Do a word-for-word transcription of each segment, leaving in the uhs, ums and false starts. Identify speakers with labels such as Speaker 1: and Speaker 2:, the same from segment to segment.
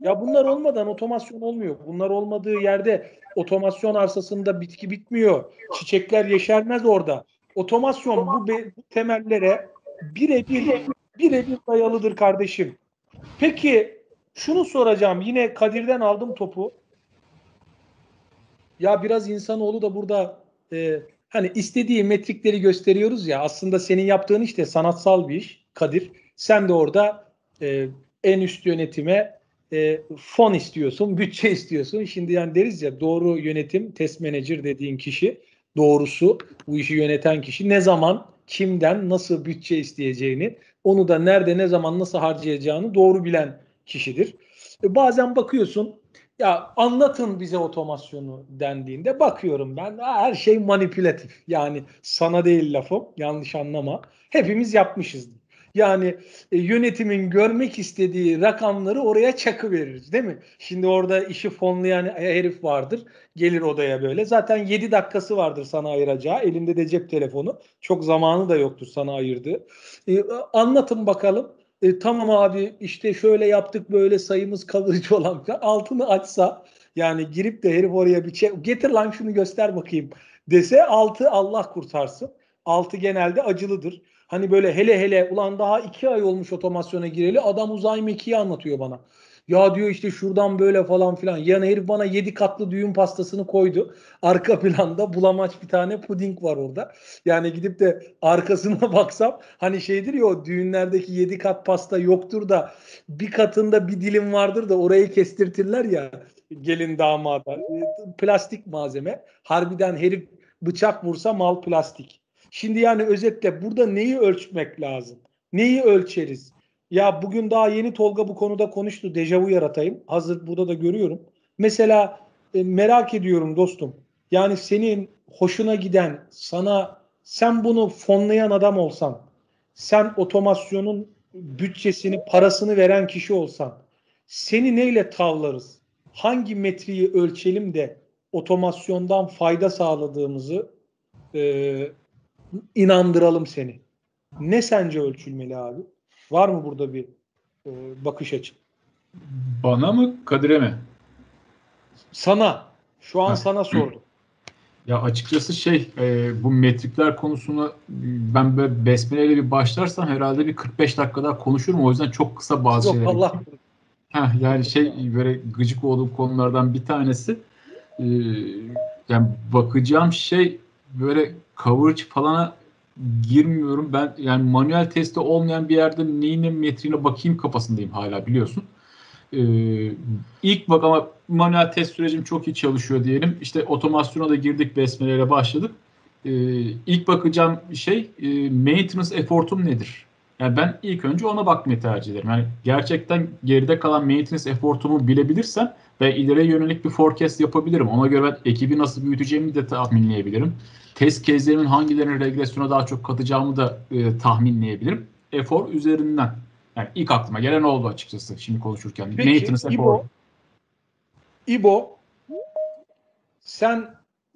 Speaker 1: Ya bunlar olmadan otomasyon olmuyor. Bunlar olmadığı yerde otomasyon arsasında bitki bitmiyor. Çiçekler yeşermez orada. Otomasyon bu, be, bu temellere birebir birebir dayalıdır kardeşim. Peki şunu soracağım. Yine Kadir'den aldım topu. Ya biraz insanoğlu da burada e, hani istediği metrikleri gösteriyoruz ya, aslında senin yaptığın işte sanatsal bir iş Kadir. Sen de orada e, en üst yönetime e, fon istiyorsun, bütçe istiyorsun. Şimdi yani deriz ya, doğru yönetim, test manager dediğin kişi, doğrusu bu işi yöneten kişi ne zaman, kimden, nasıl bütçe isteyeceğini, onu da nerede, ne zaman, nasıl harcayacağını doğru bilen kişidir. E, bazen bakıyorsun, ya anlatın bize otomasyonu dendiğinde bakıyorum ben, her şey manipülatif. Yani sana değil lafım, yanlış anlama. Hepimiz yapmışızdır. Yani e, yönetimin görmek istediği rakamları oraya çakı veririz, değil mi? Şimdi orada işi fonlayan herif vardır. Gelir odaya böyle. Zaten yedi dakikası vardır sana ayıracağı. Elinde de cep telefonu. Çok zamanı da yoktur sana ayırdığı. E, anlatın bakalım. E, tamam abi, işte şöyle yaptık, böyle sayımız kalıcı olan, altını açsa, yani girip de herif oraya bir şey getir lan şunu göster bakayım dese, altı Allah kurtarsın. Altı genelde acılıdır. Hani böyle hele hele, ulan daha iki ay olmuş otomasyona gireli, adam uzay mekiği anlatıyor bana. Ya diyor işte şuradan böyle falan filan. Yani herif bana yedi katlı düğün pastasını koydu. Arka planda bulamaç bir tane puding var orada. Yani gidip de arkasına baksam, hani şeydir ya, o düğünlerdeki yedi kat pasta yoktur da bir katında bir dilim vardır da orayı kestirtirler ya gelin damada. Plastik malzeme. Harbiden herif bıçak vursa mal plastik. Şimdi yani özetle burada neyi ölçmek lazım? Neyi ölçeriz? Ya bugün daha yeni Tolga bu konuda konuştu. Dejavu yaratayım. Hazır burada da görüyorum. Mesela e, merak ediyorum dostum. Yani senin hoşuna giden, sana, sen bunu fonlayan adam olsan, sen otomasyonun bütçesini, parasını veren kişi olsan, seni neyle tavlarız? Hangi metriği ölçelim de otomasyondan fayda sağladığımızı e, inandıralım seni? Ne sence ölçülmeli abi? Var mı burada bir e, bakış açı?
Speaker 2: Bana mı, Kadir'e mi?
Speaker 1: Sana. Şu an
Speaker 2: Heh.
Speaker 1: sana sordum.
Speaker 2: Ya açıkçası şey, e, bu metrikler konusunu ben böyle besmeleyle bir başlarsam herhalde bir kırk beş dakika daha konuşurum. O yüzden çok kısa bazı
Speaker 1: Yok
Speaker 2: şeylere
Speaker 1: Allah
Speaker 2: gideyim.
Speaker 1: korusun.
Speaker 2: Heh, yani şey, böyle gıcık olduğum konulardan bir tanesi, e, yani bakacağım şey, böyle coverage falana girmiyorum. Ben yani manuel testi olmayan bir yerde neyine, metriğine bakayım kafasındayım hala, biliyorsun. Ee, ilk bak ama manuel test sürecim çok iyi çalışıyor diyelim. İşte otomasyona da girdik, besmeleyle başladık. Ee, ilk bakacağım şey, e, maintenance effortum nedir? Yani ben ilk önce ona bakmayı tercih ederim. Yani gerçekten geride kalan maintenance effortumu bilebilirsem ben ileriye yönelik bir forecast yapabilirim. Ona göre ben ekibi nasıl büyüteceğimi de tahminleyebilirim. Test case'lerimin hangilerini regresyona daha çok katacağımı da e, tahminleyebilirim. Efor üzerinden. Yani ilk aklıma gelen oldu açıkçası şimdi konuşurken.
Speaker 1: Peki
Speaker 2: Maintenance effort.
Speaker 1: İbo, İbo, sen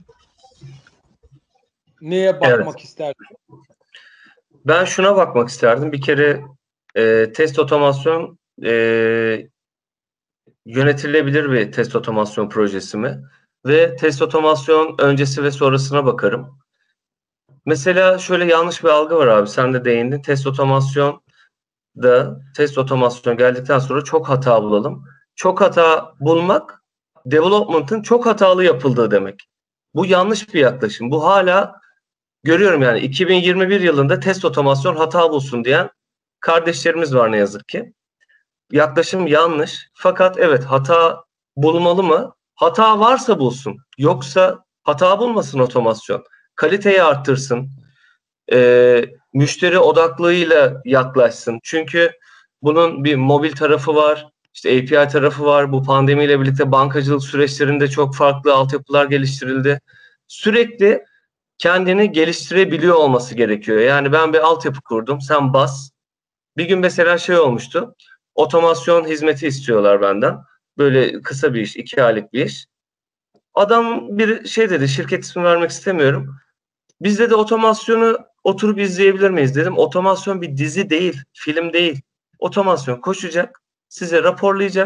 Speaker 1: neye
Speaker 3: Evet.
Speaker 1: bakmak isterdin?
Speaker 3: Ben şuna bakmak isterdim. Bir kere e, test otomasyon e, yönetilebilir bir test otomasyon projesi mi? Ve test otomasyon öncesi ve sonrasına bakarım. Mesela şöyle yanlış bir algı var abi. Sen de değindin. Test otomasyon da test otomasyon geldikten sonra çok hata bulalım. Çok hata bulmak development'ın çok hatalı yapıldığı demek. Bu yanlış bir yaklaşım. Bu hala görüyorum yani iki bin yirmi bir yılında test otomasyon hata bulsun diyen kardeşlerimiz var ne yazık ki. Yaklaşım yanlış. Fakat evet, hata bulmalı mı? Hata varsa bulsun. Yoksa hata bulmasın otomasyon. Kaliteyi arttırsın. Ee, müşteri odaklığıyla yaklaşsın. Çünkü bunun bir mobil tarafı var. İşte A P I tarafı var. Bu pandemiyle birlikte bankacılık süreçlerinde çok farklı altyapılar geliştirildi. Sürekli kendini geliştirebiliyor olması gerekiyor. Yani ben bir altyapı kurdum, sen bas. Bir gün mesela şey olmuştu, otomasyon hizmeti istiyorlar benden. Böyle kısa bir iş, iki aylık bir iş. Adam bir şey dedi, şirket ismi vermek istemiyorum. Biz de otomasyonu oturup izleyebilir miyiz dedim. Otomasyon bir dizi değil, film değil. Otomasyon koşacak, size raporlayacak.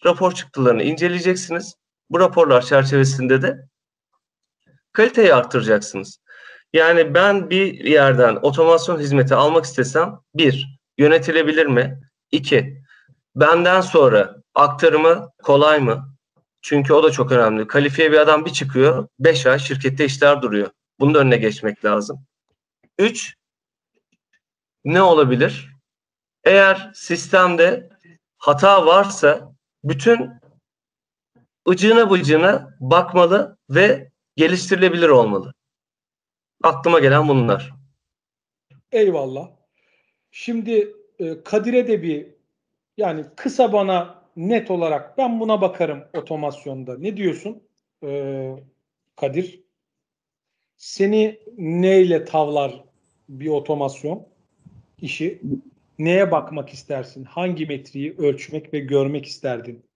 Speaker 3: rapor çıktılarını inceleyeceksiniz. Bu raporlar çerçevesinde de kaliteyi arttıracaksınız. Yani ben bir yerden otomasyon hizmeti almak istesem, bir, yönetilebilir mi? İki, benden sonra aktarımı kolay mı? Çünkü o da çok önemli. Kalifiye bir adam bir çıkıyor, beş ay şirkette işler duruyor. Bunun da önüne geçmek lazım. Üç, ne olabilir? Eğer sistemde hata varsa bütün ıcığına bıcığına bakmalı ve geliştirilebilir olmalı. Aklıma gelen bunlar.
Speaker 1: Eyvallah. Şimdi e, Kadir'e de bir, yani kısa bana net olarak ben buna bakarım otomasyonda. Ne diyorsun e, Kadir? Seni neyle tavlar bir otomasyon işi? Neye bakmak istersin? Hangi metriği ölçmek ve görmek isterdin?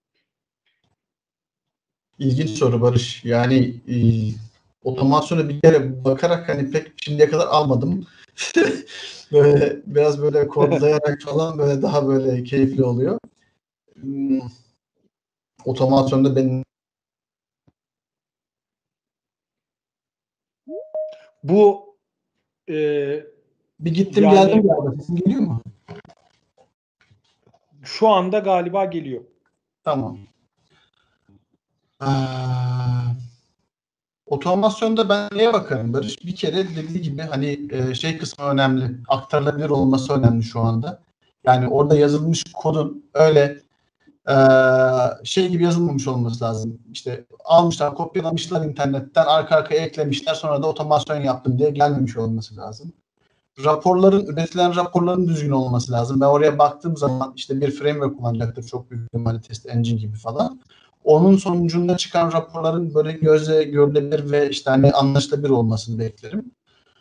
Speaker 4: İlginç soru Barış. Yani e, otomasyona bir kere bakarak hani pek şimdiye kadar almadım. Böyle biraz böyle kodlayarak falan böyle daha böyle keyifli oluyor. Hmm, otomasyonda benim
Speaker 1: Bu e,
Speaker 4: bir gittim
Speaker 1: yani
Speaker 4: geldim galiba. Sesin geliyor mu?
Speaker 1: şu anda galiba geliyor.
Speaker 4: Tamam. Ee, otomasyonda ben neye bakarım Barış? Bir kere dediği gibi hani e, şey kısmı önemli. Aktarılabilir olması önemli şu anda. Yani orada yazılmış kodun öyle e, şey gibi yazılmamış olması lazım. İşte almışlar, kopyalamışlar internetten, arka arkaya eklemişler, sonra da otomasyon yaptım diye gelmemiş olması lazım. Raporların, üretilen raporların düzgün olması lazım. Ben oraya baktığım zaman işte bir framework kullanacaktır çok büyük ihtimalle, test engine gibi falan. Onun sonucunda çıkan raporların böyle gözle görülebilir ve işte hani anlaşılabilir olmasını beklerim.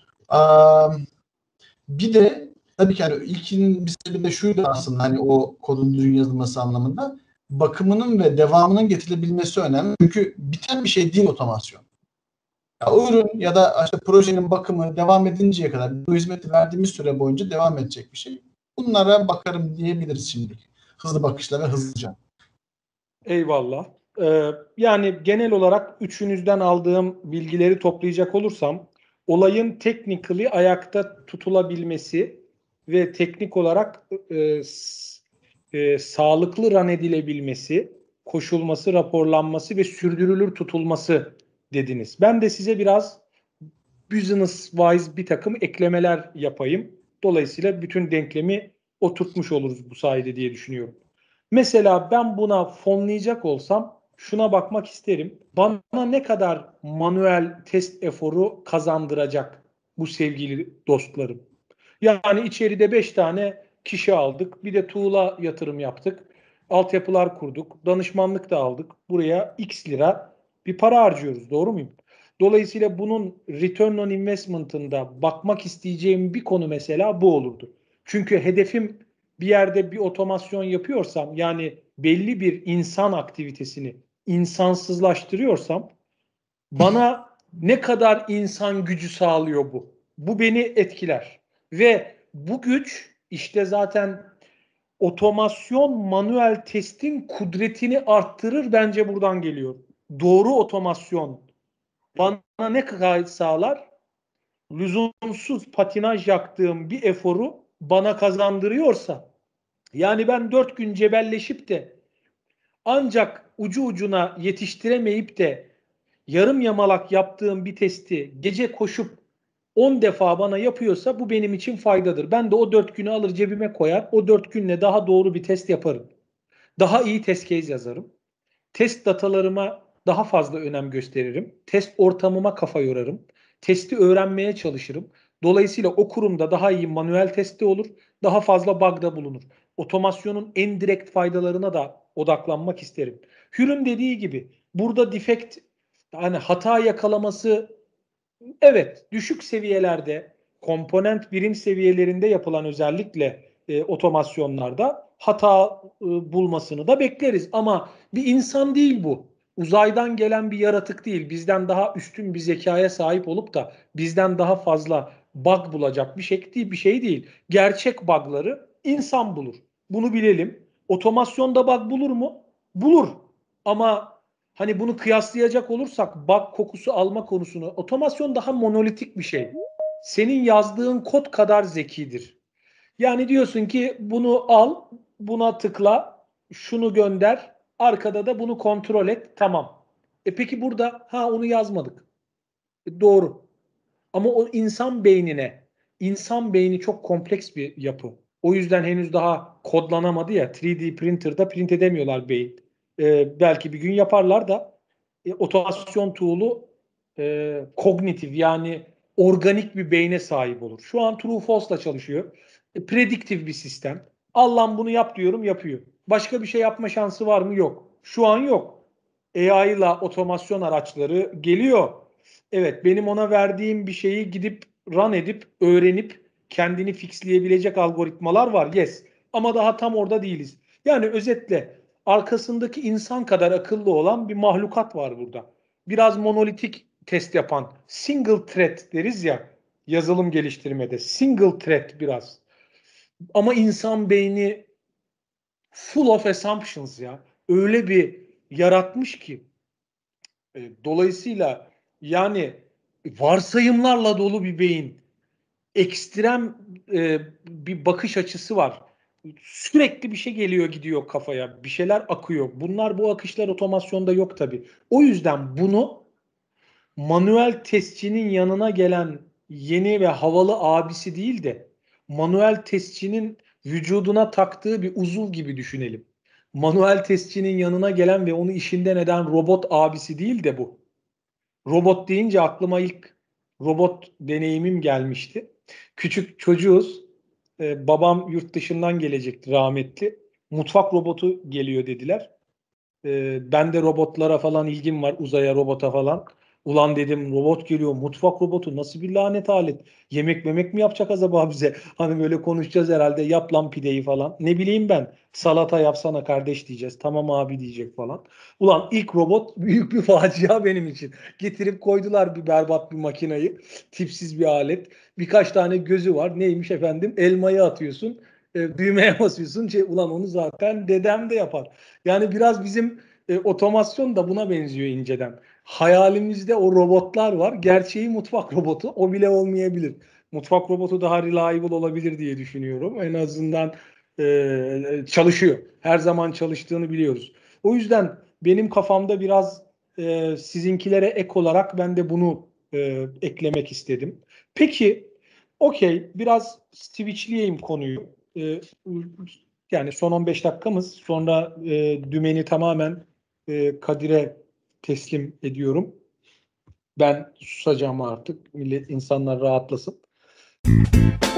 Speaker 4: Aa, bir de tabii ki hani ilkinin bir sebebi de şuydu aslında, hani o kodun düzgün yazılması anlamında. Bakımının ve devamının getirilebilmesi önemli. Çünkü biten bir şey değil otomasyon. Ya o ürün ya da işte projenin bakımı devam edinceye kadar, bu hizmeti verdiğimiz süre boyunca devam edecek bir şey. Bunlara bakarım diyebiliriz şimdilik. Hızlı bakışla ve hızlıca.
Speaker 1: Eyvallah. Ee, yani genel olarak üçünüzden aldığım bilgileri toplayacak olursam, olayın technically ayakta tutulabilmesi ve teknik olarak e, s- e, sağlıklı run edilebilmesi, koşulması, raporlanması ve sürdürülür tutulması dediniz. Ben de size biraz business wise bir takım eklemeler yapayım. Dolayısıyla bütün denklemi oturtmuş oluruz bu sayede diye düşünüyorum. Mesela ben buna fonlayacak olsam şuna bakmak isterim. Bana ne kadar manuel test eforu kazandıracak bu sevgili dostlarım? Yani içeride beş tane kişi aldık. Bir de tool'a yatırım yaptık. Altyapılar kurduk. Danışmanlık da aldık. Buraya X lira bir para harcıyoruz. Doğru muyum? Dolayısıyla bunun return on investment'ında bakmak isteyeceğim bir konu mesela bu olurdu. Çünkü hedefim bir yerde bir otomasyon yapıyorsam, yani belli bir insan aktivitesini insansızlaştırıyorsam, bana ne kadar insan gücü sağlıyor bu? Bu beni etkiler. Ve bu güç işte zaten otomasyon manuel testin kudretini arttırır, bence buradan geliyor. Doğru otomasyon bana ne kadar sağlar? Lüzumsuz patinaj yaktığım bir eforu bana kazandırıyorsa, yani ben dört gün cebelleşip de ancak ucu ucuna yetiştiremeyip de yarım yamalak yaptığım bir testi gece koşup on defa bana yapıyorsa, bu benim için faydadır. Ben de o dört günü alır cebime koyar. O dört günle daha doğru bir test yaparım. Daha iyi test case yazarım. Test datalarıma daha fazla önem gösteririm. Test ortamıma kafa yorarım. Testi öğrenmeye çalışırım. Dolayısıyla o kurumda daha iyi manuel testi olur. Daha fazla bug'da bulunur. Otomasyonun en direkt faydalarına da odaklanmak isterim. Hür'ün dediği gibi burada defect, hani hata yakalaması, evet, düşük seviyelerde, komponent birim seviyelerinde yapılan özellikle e, otomasyonlarda hata e, bulmasını da bekleriz. Ama bir insan değil bu. Uzaydan gelen bir yaratık değil. Bizden daha üstün bir zekaya sahip olup da bizden daha fazla bug bulacak bir şey değil, bir şey değil. Gerçek bug'ları insan bulur. Bunu bilelim. Otomasyonda bug bulur mu? Bulur. Ama hani bunu kıyaslayacak olursak bug kokusu alma konusunu, otomasyon daha monolitik bir şey. Senin yazdığın kod kadar zekidir. Yani diyorsun ki bunu al, buna tıkla, şunu gönder, arkada da bunu kontrol et, tamam. E peki burada ha onu yazmadık. E doğru. Ama o insan beynine, insan beyni çok kompleks bir yapı. O yüzden henüz daha kodlanamadı ya. üç D printer'da print edemiyorlar beyin. Ee, belki bir gün yaparlar da e, otomasyon tool'u e, kognitif yani organik bir beyne sahip olur. Şu an true false'la çalışıyor. E, prediktif bir sistem. Allah'ım bunu yap diyorum yapıyor. Başka bir şey yapma şansı var mı? Yok. Şu an yok. A I ile otomasyon araçları geliyor. Evet, benim ona verdiğim bir şeyi gidip run edip öğrenip kendini fixleyebilecek algoritmalar var. Yes. Ama daha tam orada değiliz. Yani özetle arkasındaki insan kadar akıllı olan bir mahlukat var burada. Biraz monolitik test yapan, single thread deriz ya yazılım geliştirmede. Single thread biraz. Ama insan beyni full of assumptions ya. Öyle bir yaratmış ki. E, dolayısıyla yani varsayımlarla dolu bir beyin, ekstrem e, bir bakış açısı var. Sürekli bir şey geliyor gidiyor kafaya, bir şeyler akıyor. Bunlar bu akışlar otomasyonda yok tabii. O yüzden bunu manuel testçinin yanına gelen yeni ve havalı abisi değil de manuel testçinin vücuduna taktığı bir uzuv gibi düşünelim. Manuel testçinin yanına gelen ve onu işinden eden robot abisi değil de bu. Robot deyince aklıma ilk robot deneyimim gelmişti. Küçük çocuğuz. Ee, babam yurt dışından gelecekti rahmetli. Mutfak robotu geliyor dediler. Ee, ben de robotlara falan ilgim var. Uzaya, robota falan. Ulan dedim robot geliyor. Mutfak robotu nasıl bir lanet alet. Yemek memek mi yapacak acaba bize? Hani böyle konuşacağız herhalde. Yap lan pideyi falan. Ne bileyim ben. Salata yapsana kardeş diyeceğiz. Tamam abi diyecek falan. Ulan ilk robot büyük bir facia benim için. Getirip koydular bir berbat bir makinayı. Tipsiz bir alet. Birkaç tane gözü var. Neymiş efendim? Elmayı atıyorsun. E, düğmeye basıyorsun. Şey, ulan onu zaten dedem de yapar. Yani biraz bizim e, otomasyon da buna benziyor inceden. Hayalimizde o robotlar var. Gerçeği mutfak robotu. O bile olmayabilir. Mutfak robotu daha reliable olabilir diye düşünüyorum. En azından e, çalışıyor. Her zaman çalıştığını biliyoruz. O yüzden benim kafamda biraz e, sizinkilere ek olarak ben de bunu e, eklemek istedim. Peki, okey, biraz switchleyeyim konuyu. E, yani son on beş dakikamız. Sonra e, dümeni tamamen e, Kadir'e teslim ediyorum. Ben susacağım artık. Millet, insanlar rahatlasın.